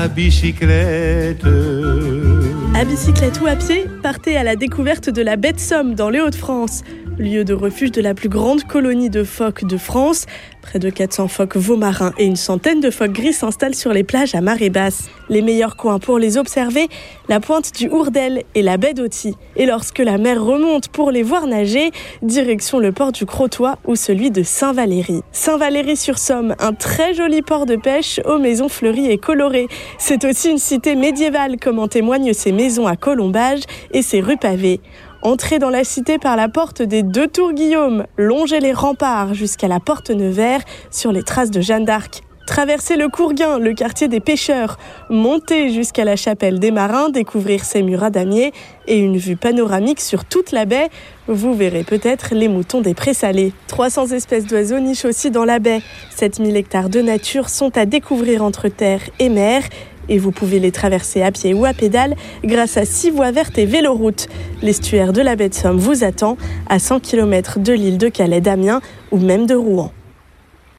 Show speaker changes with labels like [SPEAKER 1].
[SPEAKER 1] à bicyclette.
[SPEAKER 2] À bicyclette ou à pied, partez à la découverte de la baie de Somme dans les Hauts-de-France, lieu de refuge de la plus grande colonie de phoques de France. Près de 400 phoques veaux-marins et une centaine de phoques gris s'installent sur les plages à marée basse. Les meilleurs coins pour les observer, la pointe du Hourdel et la baie d'Authie. Et lorsque la mer remonte pour les voir nager, direction le port du Crotoy ou celui de Saint-Valery. Saint-Valery-sur-Somme, un très joli port de pêche aux maisons fleuries et colorées. C'est aussi une cité médiévale, comme en témoignent ses maisons à colombage et ses rues pavées. Entrez dans la cité par la porte des 2 tours Guillaume, longez les remparts jusqu'à la porte Nevers sur les traces de Jeanne d'Arc. Traversez le Courguin, le quartier des pêcheurs, montez jusqu'à la chapelle des marins, découvrir ses murs à damier et une vue panoramique sur toute la baie. Vous verrez peut-être les moutons des prés salés. 300 espèces d'oiseaux nichent aussi dans la baie. 7000 hectares de nature sont à découvrir entre terre et mer. Et vous pouvez les traverser à pied ou à pédale grâce à 6 voies vertes et véloroutes. L'estuaire de la baie de Somme vous attend à 100 km de l'île de Calais, d'Amiens ou même de Rouen.